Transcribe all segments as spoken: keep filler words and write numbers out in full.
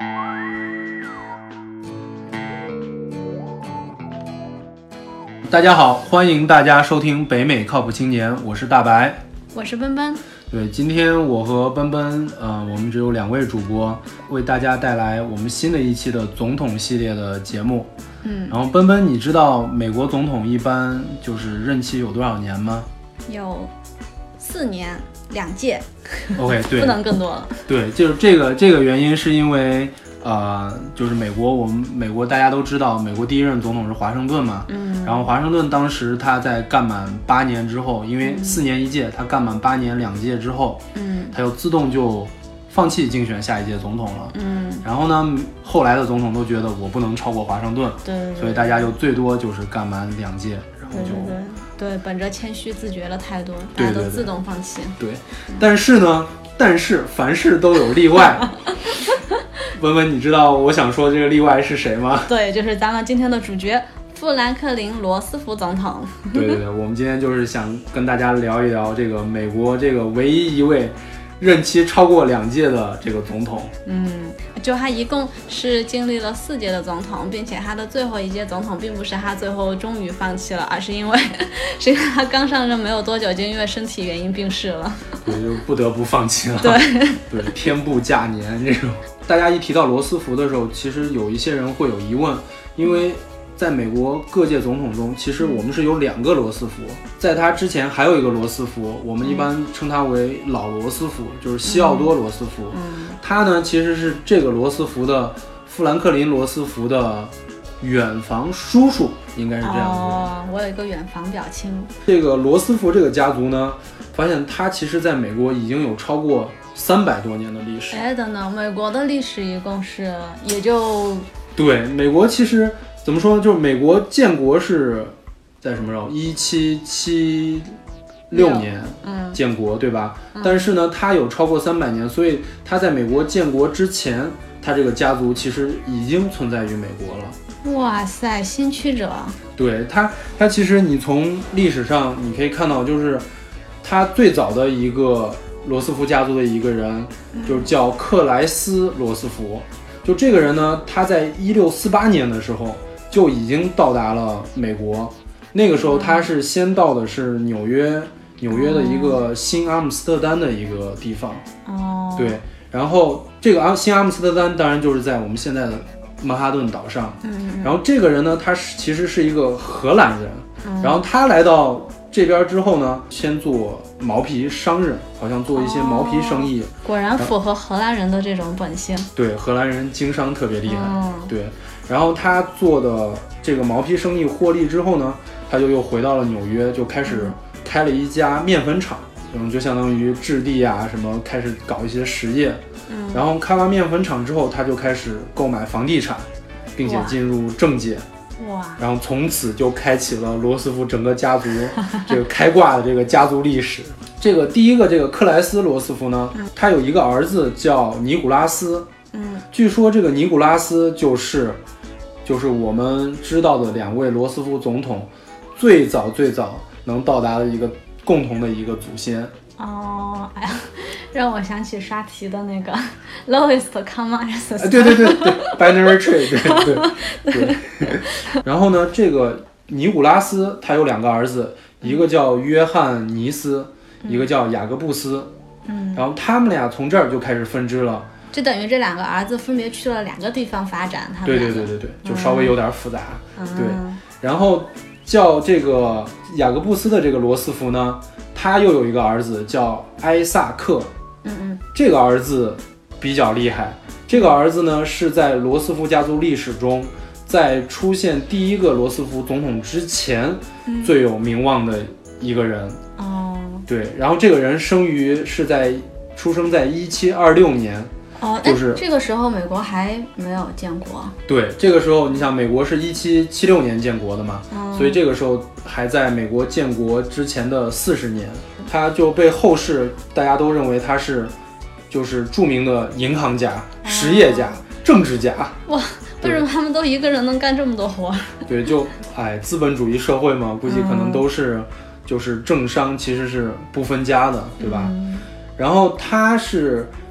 大家好，欢迎大家收听北美靠谱青年，我是大白， 我是奔奔。 对，今天我和奔奔，呃，我们只有两位主播，为大家带来我们新的一期的总统系列的节目。 嗯， 然后奔奔，你知道美国总统一般就是任期有多少年吗？ 有四年，两届。 OK， 对， 不能更多了。 对，就是这个这个原因是因为。呃，就是美国，我们美国大家都知道，美国第一任总统是华盛顿嘛， 嗯， 然后华盛顿当时他在干满八年之后，因为四年一届，他干满八年两届之后， 嗯， 他又自动就放弃竞选下一届总统了， 嗯， 然后呢，后来的总统都觉得我不能超过华盛顿， 对，对对， 所以大家就最多就是干满两届，然后就对对对对，本着谦虚自觉了太多，大家都自动放弃。 对，对对对，但是呢，但是凡事都有例外。文文，你知道我想说这个例外是谁吗？ 对，就是咱们今天的主角富兰克林·罗斯福总统。 对对对，我们今天就是想跟大家聊一聊这个美国这个唯一一位任期超过两届的这个总统。 嗯，就他一共是经历了四届的总统，并且他的最后一届总统并不是他最后终于放弃了，而是因为是因为他刚上任没有多久就因为身体原因病逝了， 对，就不得不放弃了。 对对，天不假年这种。大家一提到罗斯福的时候，其实有一些人会有疑问，因为在美国各届总统中，其实我们是有两个罗斯福，在他之前还有一个罗斯福，我们一般称他为老罗斯福，就是西奥多罗斯福。 嗯， 他呢其实是这个罗斯福的富兰克林罗斯福的远房叔叔，应该是这样的。 哦，我有一个远房表亲。 这个罗斯福这个家族呢，发现他其实在美国已经有超过三百多年的历史。 哎，等等，美国的历史一共是也就对，美国其实怎么说呢？就是美国建国是在什么时候？一七七六年建国， 嗯、 对吧？ 嗯、 但是呢，它有超过三百年，所以它在美国建国之前，它这个家族其实已经存在于美国了。 哇塞，先驱者！ 对它，它其实你从历史上你可以看到，就是它最早的一个罗斯福家族的一个人，就叫克莱斯罗斯福。就这个人呢，他在一六四八年的时候就已经到达了美国。那个时候他是先到的是纽约，纽约的一个新阿姆斯特丹的一个地方。 哦， 对，然后这个阿新阿姆斯特丹当然就是在我们现在的曼哈顿岛上。 嗯， 然后这个人呢，他是其实是一个荷兰人。 嗯， 然后他来到这边之后呢，先做毛皮商人，好像做一些毛皮生意。 哦、果然符合荷兰人的这种本性。 对，荷兰人经商特别厉害。 嗯、 对，然后他做的这个毛皮生意获利之后呢，他就又回到了纽约，就开始开了一家面粉厂，嗯，就相当于质地啊什么，开始搞一些实业。 嗯， 然后开完面粉厂之后，他就开始购买房地产，并且进入政界。 哇！ 然后从此就开启了罗斯福整个家族这个开挂的这个家族历史。这个第一个这个克莱斯罗斯福呢， 嗯、 他有一个儿子叫尼古拉斯。 嗯， 据说这个尼古拉斯就是就是我们知道的两位罗斯福总统最早最早能到达的一个共同的一个祖先。 哦，哎呀，让我想起刷题的那个 lowest common ancestor。 对对对对 ，binary tree， 对对对。然后呢，这个尼古拉斯他有两个儿子，一个叫约翰尼斯，嗯、一个叫雅各布斯。 嗯， 然后他们俩从这儿就开始分支了。 就等于这两个儿子分别去了两个地方发展。他们对对对对对，就稍微有点复杂。 嗯、 对，然后叫这个雅各布斯的这个罗斯福呢，他又有一个儿子叫埃萨克。 嗯嗯， 这个儿子比较厉害。这个儿子呢，是在罗斯福家族历史中，在出现第一个罗斯福总统之前， 嗯、 最有名望的一个人。 哦， 对，然后这个人生于是在出生在一七二六年。 哦， 就是这个时候美国还没有建国。 对，这个时候你想，美国是一七七六年建国的嘛， 嗯、 所以这个时候还在美国建国之前的四十年，他就被后世大家都认为他是就是著名的银行家、实业家、 哦、 政治家。 哇，为什么他们都一个人能干这么多活？ 对，就哎，资本主义社会嘛，估计可能都是、嗯、就是政商其实是不分家的，对吧？ 嗯、 然后他是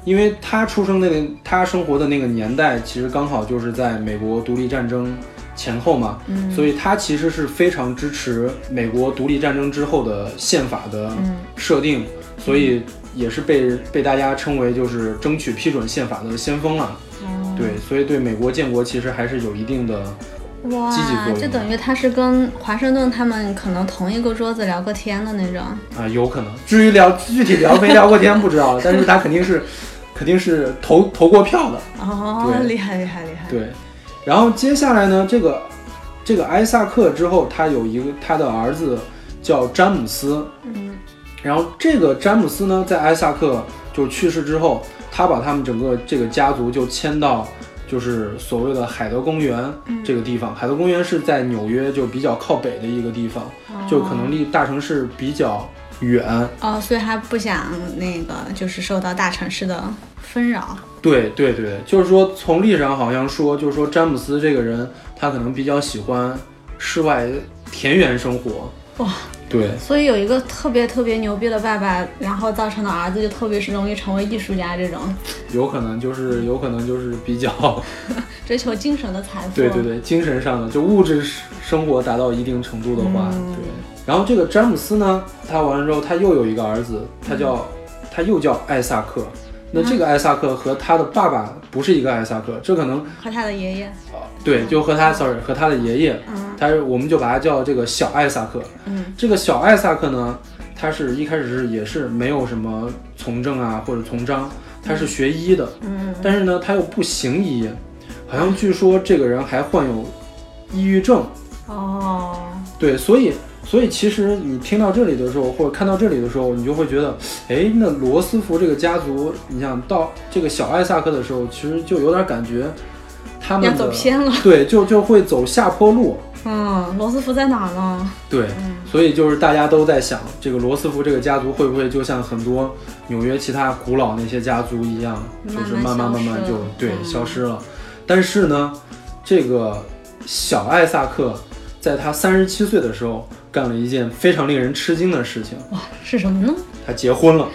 因为他出生的那他生活的那个年代，其实刚好就是在美国独立战争前后嘛， 嗯， 所以他其实是非常支持美国独立战争之后的宪法的设定， 嗯、 所以也是被被大家称为就是争取批准宪法的先锋了。 哦、 对，所以对美国建国其实还是有一定的积极作用。 哇，就等于他是跟华盛顿他们可能同一个桌子聊过天的那种啊，有可能。至于聊具体聊没聊过天不知道，但是他肯定是肯定是投投过票的。 哦，厉害厉害厉害。 对，然后接下来呢，这个这个艾萨克之后，他有一个他的儿子叫詹姆斯。 嗯， 然后这个詹姆斯呢，在艾萨克就去世之后，他把他们整个这个家族就迁到就是所谓的海德公园这个地方。嗯、海德公园是在纽约就比较靠北的一个地方，哦、就可能离大城市比较远。 哦，所以他不想那个就是受到大城市的纷扰。 对对对，就是说从历史上好像说，就是说詹姆斯这个人，他可能比较喜欢室外田园生活。 哇， 对， 所以有一个特别特别牛逼的爸爸，然后造成的儿子就特别是容易成为艺术家这种。有可能就是有可能就是比较追求精神的财富。 对对对，精神上的就物质生活达到一定程度的话，嗯、对。然后这个詹姆斯呢，他完了之后，他又有一个儿子，他叫、嗯、他又叫艾萨克。那这个艾萨克和他的爸爸不是一个艾萨克，这可能和他的爷爷。 对，就和他 sorry 和他的爷爷， 嗯， 他我们就把他叫这个小艾萨克。 嗯， 这个小艾萨克呢，他是一开始是也是没有什么从政啊或者从章，他是学医的。 嗯， 但是呢，他又不行医，好像据说这个人还患有抑郁症。 哦， 对，所以。所以其实你听到这里的时候，或者看到这里的时候，你就会觉得，哎，那罗斯福这个家族，你想到这个小艾萨克的时候，其实就有点感觉他们要走偏了， 对，就就会走下坡路。 嗯，罗斯福在哪呢？ 对、嗯，所以就是大家都在想，这个罗斯福这个家族会不会就像很多纽约其他古老那些家族一样，就是慢慢慢慢就对、嗯、消失了。但是呢，这个小艾萨克在他三十七岁的时候，干了一件非常令人吃惊的事情。 哇，是什么呢？ 他结婚了。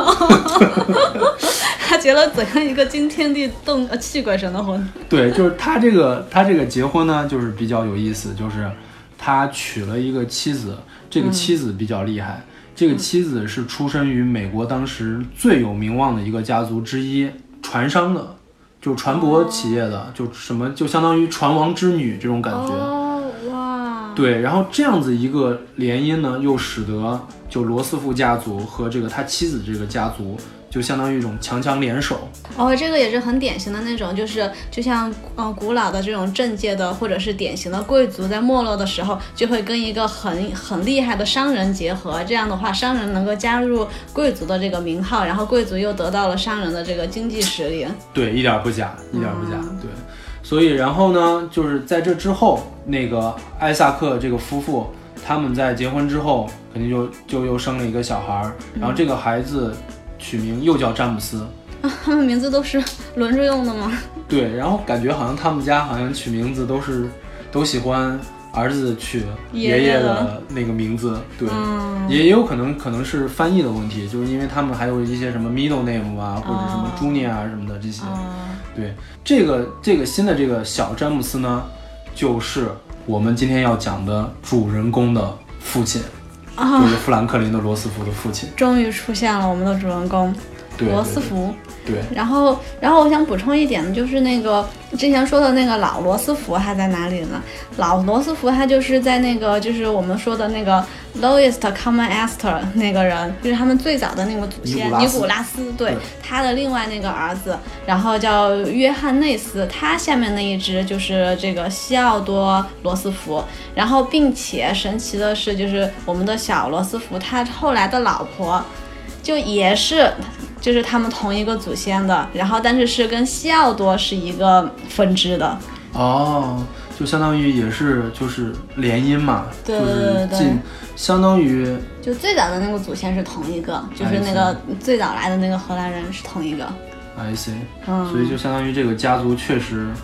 他结了怎样一个惊天地动呃泣鬼神的婚？ 对，就是他这个他这个结婚呢，就是比较有意思，就是他娶了一个妻子，这个妻子比较厉害，嗯、这个妻子是出身于美国当时最有名望的一个家族之一，船商的，就船舶企业的，哦、就什么就相当于船王之女这种感觉。 哦，哇！ 对，然后这样子一个联姻呢，又使得就罗斯福家族和这个他妻子这个家族。就相当于一种强强联手哦，这个也是很典型的那种，就是就像呃古老的这种政界的或者是典型的贵族在没落的时候，就会跟一个很很厉害的商人结合，这样的话商人能够加入贵族的这个名号，然后贵族又得到了商人的这个经济实力。 对，一点不假，一点不假，嗯、对。所以然后呢，就是在这之后，那个艾萨克这个夫妇他们在结婚之后，肯定就就又生了一个小孩，然后这个孩子。取名又叫詹姆斯啊，他们名字都是轮着用的吗？ 对，然后感觉好像他们家好像取名字都是都喜欢儿子取爷爷的那个名字，对， 嗯、 也有可能可能是翻译的问题，就是因为他们还有一些什么 middle name 啊，或者什么 junior 啊什么的这些， 哦、 对，这个这个新的这个小詹姆斯呢，就是我们今天要讲的主人公的父亲。 哦、 就是富兰克林的罗斯福的父亲， 终于出现了我们的主人公罗斯福。 对， 然后，然后我想补充一点，就是那个之前说的那个老罗斯福，他在哪里呢？老罗斯福他就是在那个，就是我们说的那个 lowest common ancestor 那个人，就是他们最早的那个祖先尼古拉斯，对，对他的另外那个儿子，然后叫约翰内斯，他下面那一支就是这个西奥多罗斯福，然后并且神奇的是，就是我们的小罗斯福他后来的老婆，就也是。就是他们同一个祖先的，然后但是是跟西奥多是一个分支的哦，就相当于也是就是联姻嘛， 对对对对， 就是相当于就最早的那个祖先是同一个，就是那个最早来的那个荷兰人是同一个 I see， 嗯， 所以就相当于这个家族确实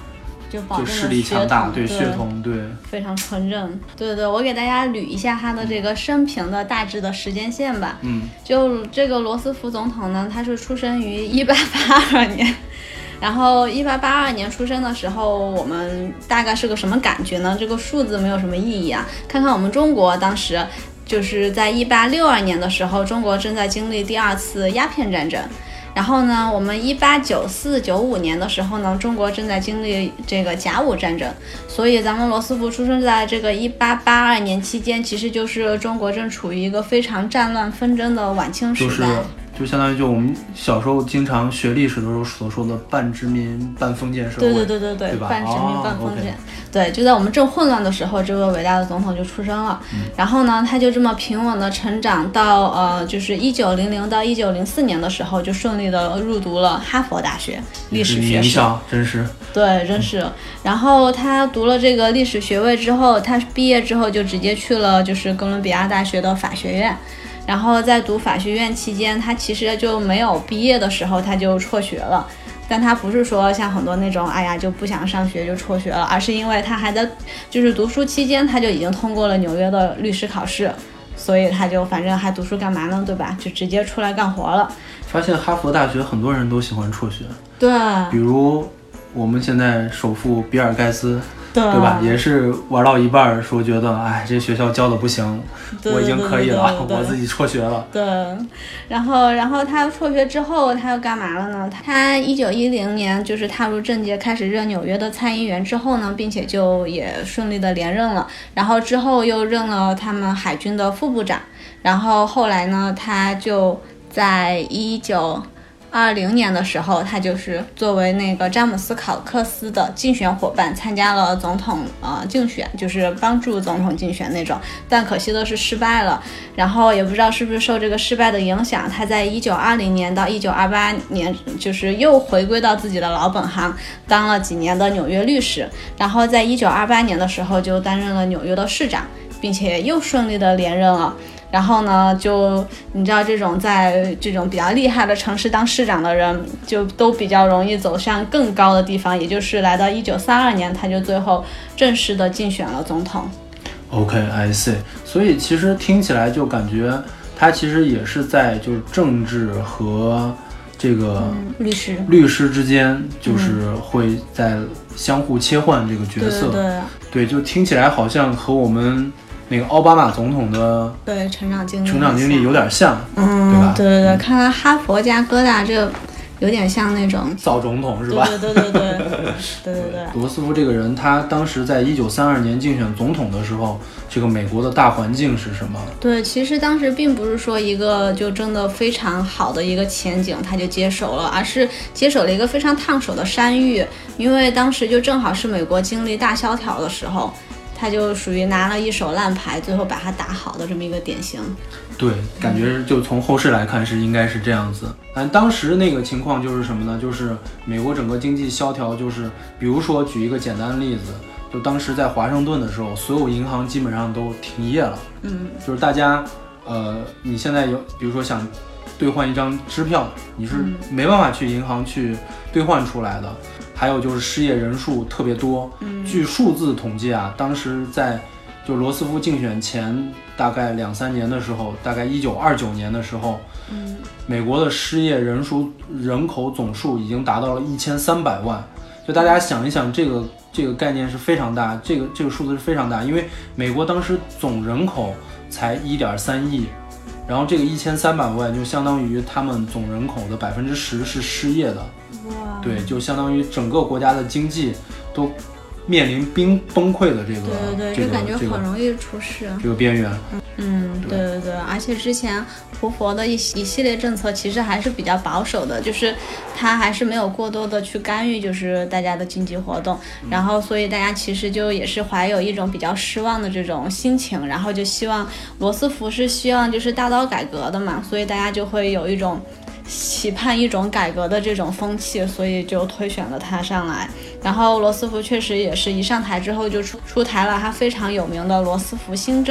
就保证就势力强大，对血血统，对非常纯正。对对对，我给大家捋一下他的这个生平的大致的时间线吧。 嗯， 就这个罗斯福总统呢，他是出生于一八八二年。然后一八八二年出生的时候，我们大概是个什么感觉呢？这个数字没有什么意义啊。看看我们中国当时就是在一八六二年的时候，中国正在经历第二次鸦片战争。然后呢，我们一八九四九五年的时候呢，中国正在经历这个甲午战争。所以咱们罗斯福出生在这个一八八二年期间，其实就是中国正处于一个非常战乱纷争的晚清时代。 就是就相当于就我们小时候经常学历史的时候所说的半殖民半封建社会， 对对对对对， 对吧？ 半殖民半封建、 哦 okay、 对，就在我们正混乱的时候，这位伟大的总统就出生了、嗯、然后呢他就这么平稳的成长到呃就是一九零零到一九零四年的时候，就顺利的入读了哈佛大学历史学士， 真是对，真是、嗯、然后他读了这个历史学位之后，他毕业之后就直接去了就是哥伦比亚大学的法学院。然后在读法学院期间，他其实就没有毕业的时候他就辍学了，但他不是说像很多那种哎呀就不想上学就辍学了，而是因为他还在就是读书期间他就已经通过了纽约的律师考试，所以他就反正还读书干嘛呢，对吧？就直接出来干活了。 发现哈佛大学很多人都喜欢辍学， 对， 比如我们现在首富比尔盖茨。 对, 对吧？也是玩到一半说觉得，哎，这学校教的不行，我已经可以了， 对对对对对我自己辍学了。 对，然后，然后他辍学之后，他又干嘛了呢？他一九一零年就是踏入政界，开始任纽约的参议员之后呢，并且就也顺利的连任了。然后之后又任了他们海军的副部长。然后后来呢，他就在一九二零年的时候，他就是作为那个詹姆斯考克斯的竞选伙伴参加了总统呃竞选，就是帮助总统竞选那种，但可惜的是失败了。然后也不知道是不是受这个失败的影响，他在一九二零年到一九二八年就是又回归到自己的老本行，当了几年的纽约律师。然后在一九二八年的时候就担任了纽约的市长，并且又顺利的连任了。然后呢，就你知道这种在这种比较厉害的城市当市长的人，就都比较容易走向更高的地方，也就是来到一九三二年，他就最后正式的竞选了总统。 OK, I see。所以其实听起来就感觉他其实也是在就是政治和这个律师律师之间，就是会在相互切换这个角色。 对对对，就听起来好像和我们那个奥巴马总统的对成长经历成长经历有点像， 嗯， 对吧？ 对对对，看来哈佛加哥大这个有点像那种造总统是吧？ 对对对对对对对对。 罗斯福这个人，他当时在一九三二年竞选总统的时候，这个美国的大环境是什么？ 对，其实当时并不是说一个就真的非常好的一个前景他就接手了，而是接手了一个非常烫手的山芋，因为当时就正好是美国经历大萧条的时候。他就属于拿了一手烂牌，最后把它打好的这么一个典型。 对，感觉就从后世来看是应该是这样子。但当时那个情况就是什么呢？就是美国整个经济萧条，就是比如说举一个简单的例子，就当时在华盛顿的时候，所有银行基本上都停业了。 嗯， 就是大家，呃，你现在有，比如说想兑换一张支票，你是没办法去银行去兑换出来的。还有就是失业人数特别多， 嗯， 据数字统计啊，当时在就罗斯福竞选前大概两三年的时候，大概一九二九年的时候， 嗯， 美国的失业人数人口总数已经达到了一千三百万。就大家想一想，这个这个概念是非常大，这个这个数字是非常大，因为美国当时总人口才一点三亿。然后这个一千三百万就相当于他们总人口的百分之十是失业的， 哇， 对，就相当于整个国家的经济都面临冰崩溃的这个， 对对对， 这个、 就感觉很容易出事， 这个边缘。 嗯，对对对，而且之前胡佛的一一系列政策其实还是比较保守的，就是他还是没有过多的去干预，就是大家的经济活动，然后所以大家其实就也是怀有一种比较失望的这种心情，然后就希望罗斯福是希望就是大刀改革的嘛，所以大家就会有一种期盼一种改革的这种风气，所以就推选了他上来。然后罗斯福确实也是一上台之后就出出台了他非常有名的罗斯福新政。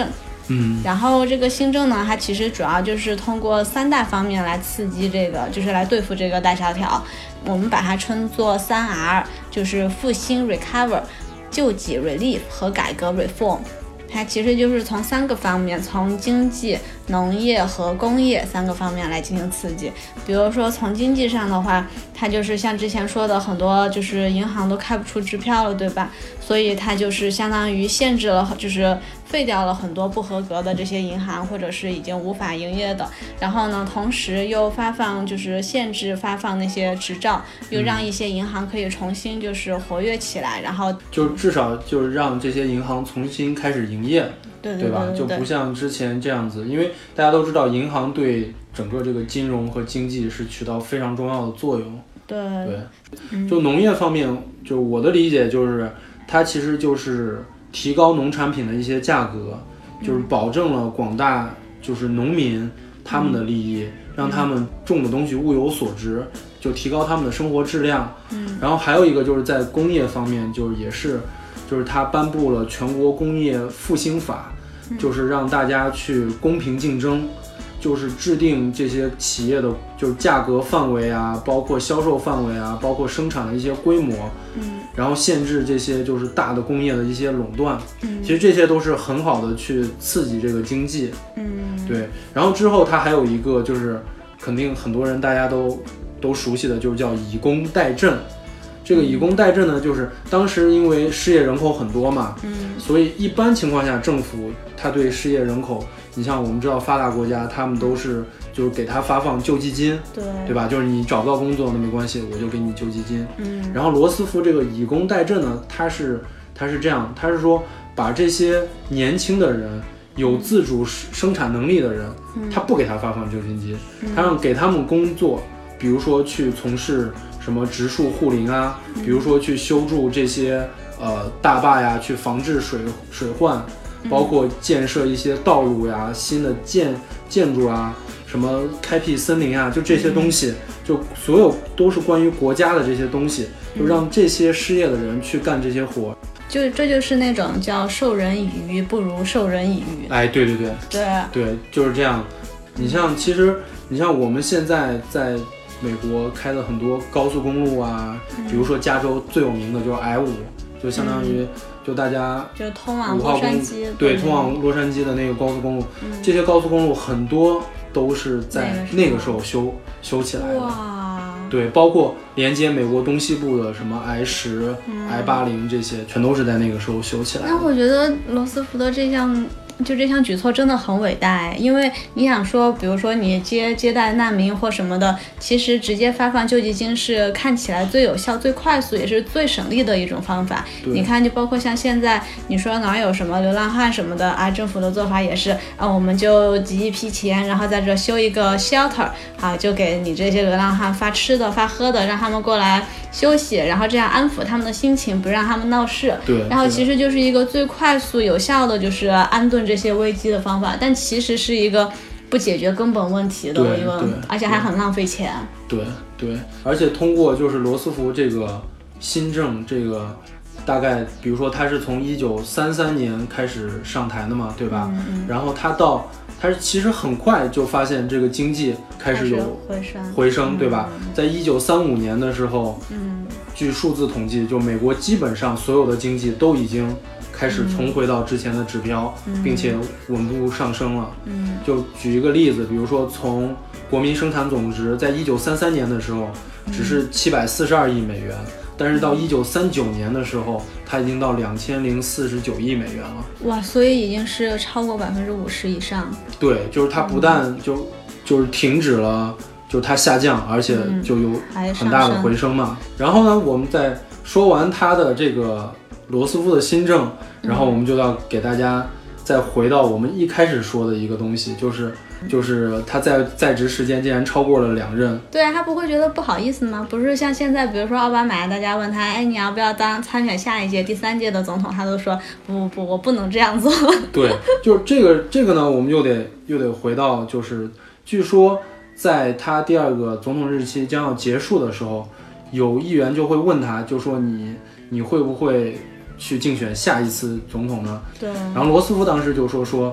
嗯， 然后这个新政呢，它其实主要就是通过三大方面来刺激这个，就是来对付这个大萧条。我们把它称作三 R， 就是复兴 recover、救济 relief 和改革 reform。它其实就是从三个方面，从经济、农业和工业三个方面来进行刺激。比如说从经济上的话，它就是像之前说的，很多就是银行都开不出支票了，对吧？所以它就是相当于限制了，就是废掉了很多不合格的这些银行，或者是已经无法营业的。然后呢，同时又发放就是限制发放那些执照，又让一些银行可以重新就是活跃起来，然后就至少就是让这些银行重新开始营业， 对对对吧？就不像之前这样子，因为大家都知道银行对整个这个金融和经济是起到非常重要的作用。 对对，就农业方面，就我的理解就是，它其实就是提高农产品的一些价格，就是保证了广大就是农民他们的利益，让他们种的东西物有所值，就提高他们的生活质量。 嗯， 然后还有一个就是在工业方面，就是也是，就是他颁布了全国工业复兴法，就是让大家去公平竞争。就是制定这些企业的就是价格范围啊，包括销售范围啊，包括生产的一些规模， 嗯， 然后限制这些就是大的工业的一些垄断， 嗯， 其实这些都是很好的去刺激这个经济， 嗯， 对。然后之后它还有一个就是肯定很多人大家都都熟悉的，就是叫以工代赈。这个以工代赈呢，就是当时因为失业人口很多嘛， 嗯， 所以一般情况下政府它对失业人口，你像我们知道发达国家，他们都是就是给他发放救济金， 对对吧？就是你找不到工作那没关系，我就给你救济金。 嗯， 然后罗斯福这个以工代赈呢，他是他是这样，他是说把这些年轻的人，有自主生产能力的人， 嗯， 他不给他发放救济金， 嗯， 他让给他们工作，比如说去从事什么植树护林啊，比如说去修筑这些呃大坝呀，去防治水水患，包括建设一些道路呀、新的建建筑啊，什么开辟森林啊，就这些东西，就所有都是关于国家的这些东西，就让这些失业的人去干这些活。 就这就是那种叫授人以鱼不如授人以渔。 哎，对对对对对，就是这样。你像其实你像我们现在在美国开的很多高速公路啊，比如说加州最有名的就是 I 五，就相当于就大家就通往洛杉矶， 对，通往洛杉矶的那个高速公路，嗯，这些高速公路很多都是在那个时候修修起来的。 哇， 对，包括连接美国东西部的什么 I 十、嗯、I 八零这些，全都是在那个时候修起来的。 那我觉得罗斯福的这项。就这项举措真的很伟大，因为你想说，比如说你接接待难民或什么的，其实直接发放救济金是看起来最有效、最快速，也是最省力的一种方法。你看，就包括像现在你说哪有什么流浪汉什么的啊，政府的做法也是啊，我们就集一批钱，然后在这修一个 shelter 啊，就给你这些流浪汉发吃的、发喝的，让他们过来休息，然后这样安抚他们的心情，不让他们闹事。 对， 然后其实就是一个最快速有效的就是安顿这些危机的方法，但其实是一个不解决根本问题的一个，而且还很浪费钱。 对对，而且通过就是罗斯福这个新政，这个大概比如说他是从一九三三年开始上台的嘛，对吧？ 嗯嗯， 然后他到他其实很快就发现这个经济开始有回升， 回升，对吧？ 嗯、 在一九三五年的时候， 嗯， 据数字统计，就美国基本上所有的经济都已经开始重回到之前的指标， 嗯、 并且稳步上升了。 嗯， 就举一个例子，比如说从国民生产总值在一九三三年的时候只是七百四十二亿美元，嗯、但是到一九三九年的时候，它已经到两千零四十九亿美元了。 哇，所以已经是超过百分之五十以上。 对，就是它不但就、嗯、就是停止了，就是它下降，而且就有很大的回升嘛。 嗯、 然后呢，我们在说完它的这个罗斯福的新政，然后我们就要给大家再回到我们一开始说的一个东西，就是就是他在在职时间竟然超过了两任。 对啊，他不会觉得不好意思吗？不是像现在，比如说奥巴马，大家问他，哎，你要不要当参选下一届第三届的总统，他都说不不不，我不能这样做。 对，就是这个这个呢，我们又得又得回到，就是据说在他第二个总统日期将要结束的时候，有议员就会问他，就说你你会不会去竞选下一次总统呢？ 对。 然后罗斯福当时就说说，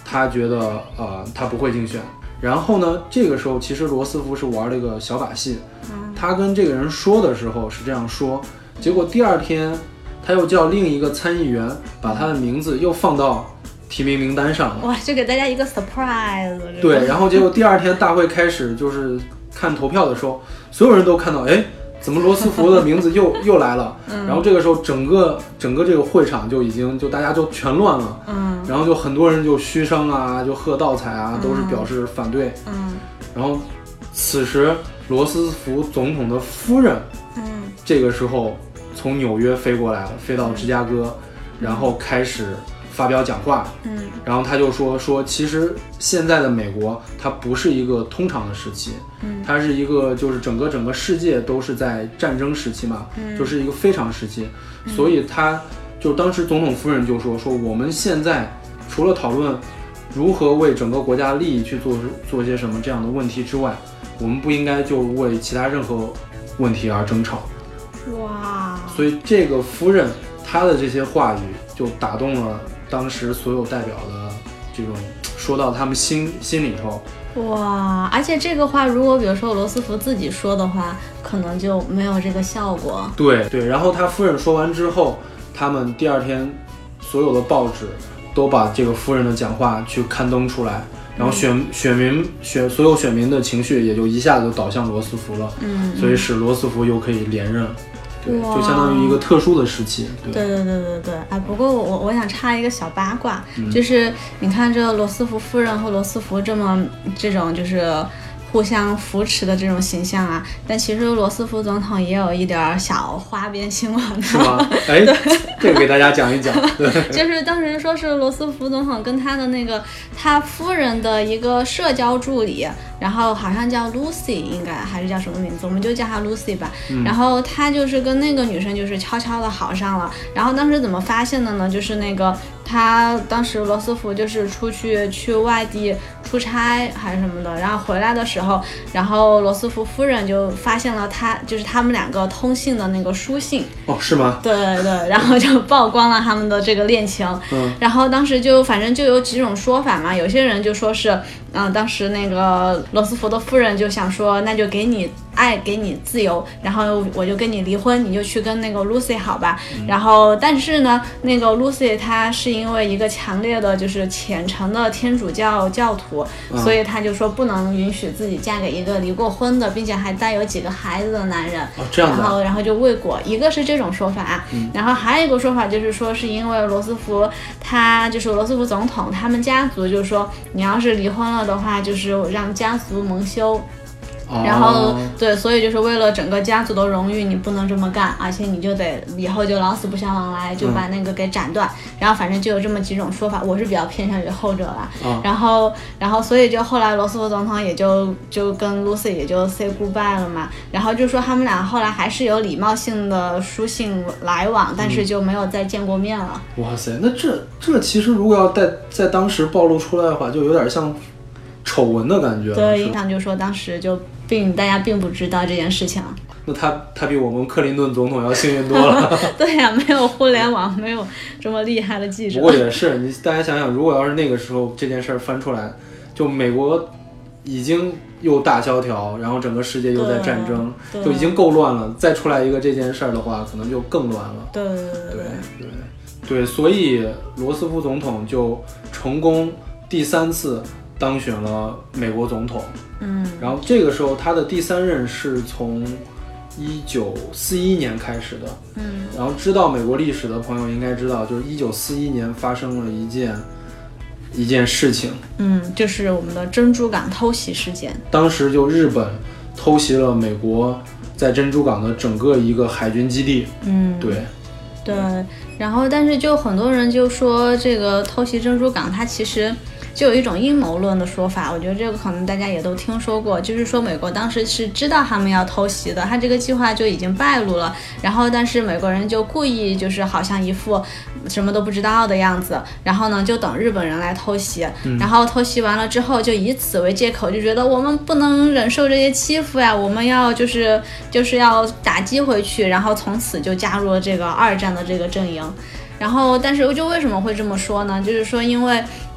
他觉得呃他不会竞选。然后呢，这个时候其实罗斯福是玩了一个小把戏，他跟这个人说的时候是这样说，结果第二天他又叫另一个参议员把他的名字又放到提名名单上了。 哇，就给大家一个 surprise。 对，然后结果第二天大会开始就是看投票的时候，所有人都看到，哎，怎么罗斯福的名字又又来了？嗯，然后这个时候整个整个这个会场就已经就大家就全乱了。嗯，然后就很多人就嘘声啊，就喝倒彩啊，都是表示反对。嗯，然后此时罗斯福总统的夫人，嗯，这个时候从纽约飞过来了，飞到芝加哥，然后开始发表讲话。嗯，然后他就说说，其实现在的美国它不是一个通常的时期，嗯，它是一个就是整个整个世界都是在战争时期嘛，嗯，就是一个非常时期，嗯，所以他就当时总统夫人就说说我们现在除了讨论如何为整个国家利益去做做些什么这样的问题之外，我们不应该就为其他任何问题而争吵。 哇！ 所以这个夫人她的这些话语就打动了当时所有代表的这种，说到他们心心里头。 哇！而且这个话如果比如说罗斯福自己说的话，可能就没有这个效果。 对对，然后他夫人说完之后，他们第二天所有的报纸都把这个夫人的讲话去刊登出来，然后选、嗯、选民选所有选民的情绪也就一下子就导向罗斯福了。嗯，所以使罗斯福又可以连任。对，就相当于一个特殊的时期。对对对对对对。哎，不过我我想插一个小八卦，嗯、就是你看这个罗斯福夫人和罗斯福这么这种就是互相扶持的这种形象啊，但其实罗斯福总统也有一点小花边新闻， 是吗？哎，这个给大家讲一讲。对， 就是当时说是罗斯福总统跟他的那个他夫人的一个社交助理，然后好像叫 Lucy， 应该还是叫什么名字，我们就叫她 Lucy 吧。嗯、然后他就是跟那个女生就是悄悄的好上了。然后当时怎么发现的呢？就是那个他当时罗斯福就是出去去外地出差还是什么的，然后回来的时候，然后罗斯福夫人就发现了他就是他们两个通信的那个书信。 哦，是吗？ 对对，然后就曝光了他们的这个恋情。嗯，然后当时就反正就有几种说法嘛，有些人就说是，嗯、呃，当时那个罗斯福的夫人就想说，那就给你爱，给你自由，然后我就跟你离婚，你就去跟那个 Lucy 好吧。嗯、然后但是呢，那个 Lucy 她是因为一个强烈的就是虔诚的天主教教徒，嗯、所以她就说不能允许自己嫁给一个离过婚的，并且还带有几个孩子的男人。 哦，这样的。 然后然后就未果，一个是这种说法，嗯、然后还有一个说法就是说是因为罗斯福他就是罗斯福总统他们家族就是说你要是离婚了的话，就是让家族蒙羞。然后对，所以就是为了整个家族的荣誉，你不能这么干，而且你就得以后就老死不相往来，就把那个给斩断。嗯、然后反正就有这么几种说法，我是比较偏向于后者啦。嗯、然后然后所以就后来罗斯福总统也就就跟 Lucy 也就 say goodbye 了嘛。然后就说他们俩后来还是有礼貌性的书信来往，但是就没有再见过面了。 嗯、哇塞，那这这其实如果要在在当时暴露出来的话，就有点像丑闻的感觉了。 对，印象就说当时就并大家并不知道这件事情。 那他他比我们克林顿总统要幸运多了。 对呀、啊，没有互联网，没有这么厉害的记者。 不过也是，你大家想想，如果要是那个时候这件事翻出来，就美国已经又大萧条，然后整个世界又在战争，就已经够乱了，再出来一个这件事的话，可能就更乱了。 对对对对对，所以罗斯福总统就成功第三次当选了美国总统。嗯，然后这个时候他的第三任是从一九四一年开始的。嗯，然后知道美国历史的朋友应该知道，就是一九四一年发生了一件一件事情。 嗯，就是我们的珍珠港偷袭事件。 当时就日本偷袭了美国在珍珠港的整个一个海军基地。嗯，对对，然后但是就很多人就说这个偷袭珍珠港它其实就有一种阴谋论的说法，我觉得这个可能大家也都听说过，就是说美国当时是知道他们要偷袭的，他这个计划就已经败露了，然后但是美国人就故意就是好像一副什么都不知道的样子，然后呢就等日本人来偷袭，嗯、然后偷袭完了之后就以此为借口，就觉得我们不能忍受这些欺负呀，我们要就是就是要打击回去，然后从此就加入了这个二战的这个阵营。然后但是就为什么会这么说呢，就是说因为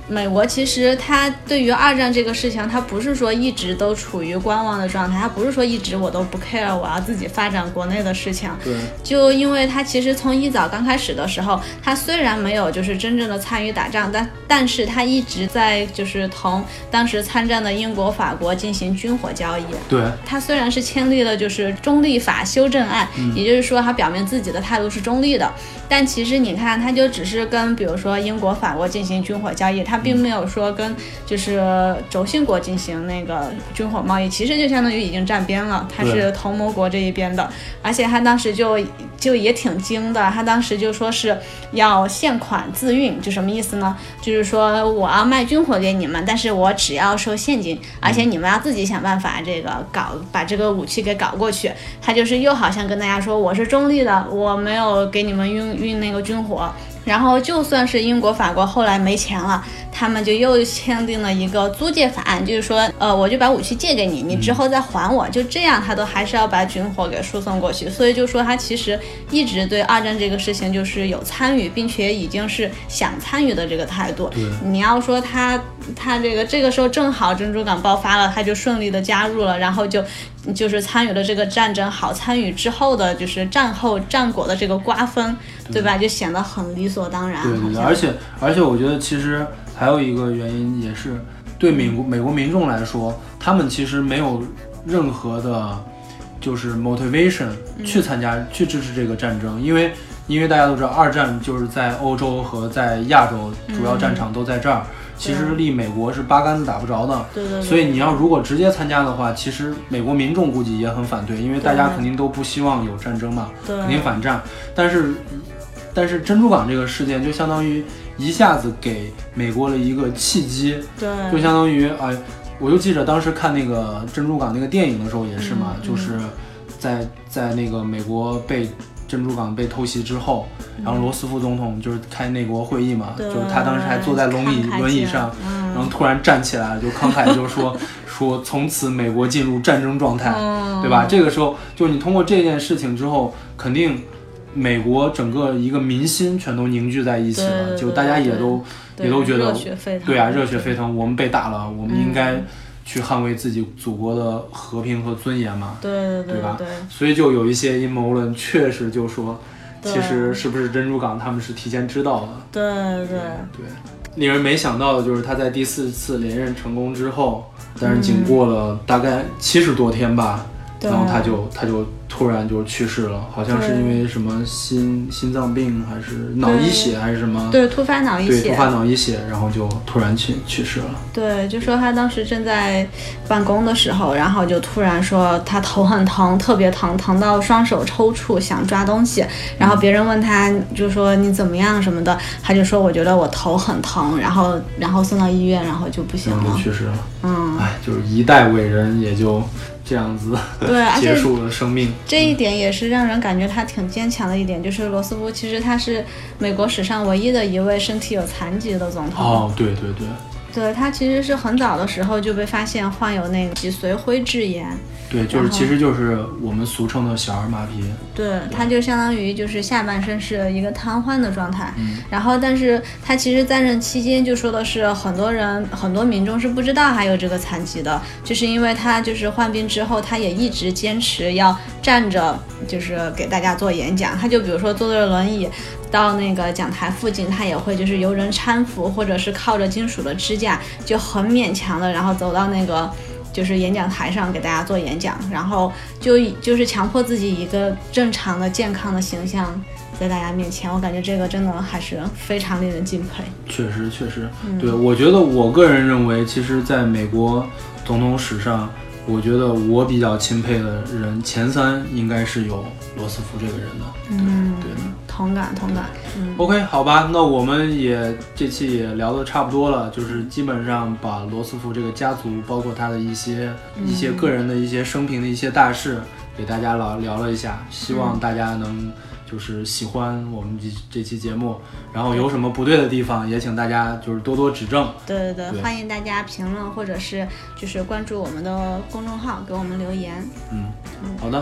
美国其实它对于二战这个事情，它不是说一直都处于观望的状态，它不是说一直我都不 care， 我要自己发展国内的事情。 对， 就因为它其实从一早刚开始的时候，它虽然没有就是真正的参与打仗，但但是它一直在就是同当时参战的英国、法国进行军火交易。 对， 它虽然是签订了就是中立法修正案，嗯、也就是说它表明自己的态度是中立的，但其实你看，它就只是跟比如说英国、法国进行军火交易，它并没有说跟就是轴心国进行那个军火贸易，其实就相当于已经站边了，它是同盟国这一边的。而且他当时就就也挺精的，他当时就说是要现款自运，就什么意思呢？就是说我要卖军火给你们，但是我只要收现金，而且你们要自己想办法这个搞把这个武器给搞过去。他就是又好像跟大家说我是中立的，我没有给你们运运那个军火。然后就算是英国、法国后来没钱了，他们就又签订了一个租借法案，就是说，呃，我就把武器借给你，你之后再还我，就这样，他都还是要把军火给输送过去。所以就说他其实一直对二战这个事情就是有参与，并且已经是想参与的这个态度。你要说他他这个这个时候正好珍珠港爆发了，他就顺利的加入了，然后就就是参与了这个战争，好参与之后的就是战后战果的这个瓜分，对吧？就显得很理所当然。 对对对，而且而且我觉得其实还有一个原因也是对美国美国民众来说，他们其实没有任何的就是 motivation 去参加、嗯、去支持这个战争，因为因为大家都知道二战就是在欧洲和在亚洲主要战场都在这儿、嗯，其实离美国是八竿子打不着的。 对对对。 所以你要如果直接参加的话，其实美国民众估计也很反对，因为大家肯定都不希望有战争嘛，肯定反战。但是但是珍珠港这个事件就相当于一下子给美国了一个契机。 对。 就相当于哎，我就记着当时看那个珍珠港那个电影的时候也是嘛， 嗯、 就是在在那个美国被珍珠港被偷袭之后，然后罗斯福总统就是开内国会议嘛，就是他当时还坐在轮椅轮椅上、嗯，然后突然站起来就慷慨就说说从此美国进入战争状态、嗯，对吧？这个时候就你通过这件事情之后，肯定美国整个一个民心全都凝聚在一起了，就大家也都也都觉得热血沸腾， 对啊，热血沸腾，我们被打了，我们应该去捍卫自己祖国的和平和尊严嘛， 对对 对, 对吧？ 对， 所以就有一些阴谋论确实就说，其实是不是珍珠港他们是提前知道的？ 对对 对, 对，令人没想到的就是他在第四次连任成功之后，但是仅过了大概七十多天吧，嗯、然后他就他就突然就去世了，好像是因为什么心心脏病还是脑溢血还是什么？ 对，突发脑溢血。 对，突发脑溢血，然后就突然去去世了。 对，就说他当时正在办公的时候，然后就突然说他头很疼，特别疼，疼到双手抽搐，想抓东西。然后别人问他，就说你怎么样什么的，他就说我觉得我头很疼，然后然后送到医院，然后就不行了， 就去世了。 嗯， 哎，就是一代伟人也就这样子对结束了生命。 这一点也是让人感觉他挺坚强的一点，就是罗斯福其实他是美国史上唯一的一位身体有残疾的总统。 哦，对对对， 对，他其实是很早的时候就被发现患有那个脊髓灰质炎。 对，就是其实就是我们俗称的小儿麻痹。 对，他就相当于就是下半身是一个瘫痪的状态、嗯、然后但是他其实在任期间就说的是很多人很多民众是不知道还有这个残疾的，就是因为他就是患病之后他也一直坚持要站着就是给大家做演讲，他就比如说坐着轮椅到那个讲台附近，他也会就是由人搀扶，或者是靠着金属的支架就很勉强的然后走到那个就是演讲台上给大家做演讲，然后就就是强迫自己一个正常的健康的形象在大家面前，我感觉这个真的还是非常令人敬佩。确实确实、嗯、对，我觉得我个人认为其实在美国总统史上，我觉得我比较钦佩的人前三应该是有罗斯福这个人的。 嗯， 对的， 同感同感、嗯、 OK 好吧，那我们也这期也聊得差不多了，就是基本上把罗斯福这个家族包括他的一些、嗯、一些个人的一些生平的一些大事给大家聊聊了一下，希望大家能就是喜欢我们这这期节目，然后有什么不对的地方也请大家就是多多指正。 对对 对, 对，欢迎大家评论或者是就是关注我们的公众号给我们留言。 嗯，好的，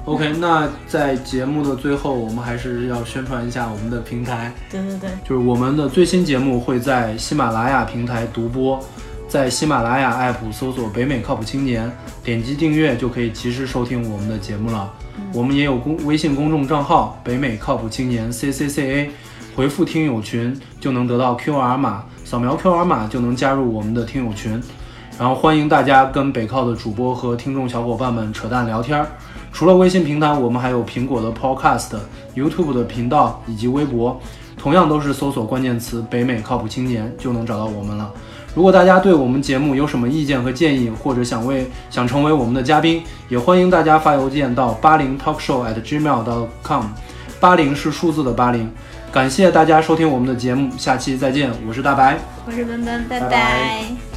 OK， 那在节目的最后，我们还是要宣传一下我们的平台。 对对对， 就是我们的最新节目会在喜马拉雅平台独播，在喜马拉雅 app 搜索北美靠谱青年，点击订阅就可以及时收听我们的节目了。嗯、我们也有公微信公众账号北美靠谱青年 C C C A， 回复听友群就能得到 Q R 码，扫描 Q R 码就能加入我们的听友群。然后欢迎大家跟北靠的主播和听众小伙伴们扯淡聊天。除了微信平台，我们还有苹果的 Podcast、YouTube 的频道以及微博，同样都是搜索关键词北美靠谱青年就能找到我们了。如果大家对我们节目有什么意见和建议，或者想为想成为我们的嘉宾，也欢迎大家发邮件到八零 talkshow at gmail dot com， 八零是数字的八零。感谢大家收听我们的节目，下期再见，我是大白， 我是奔奔，拜拜拜。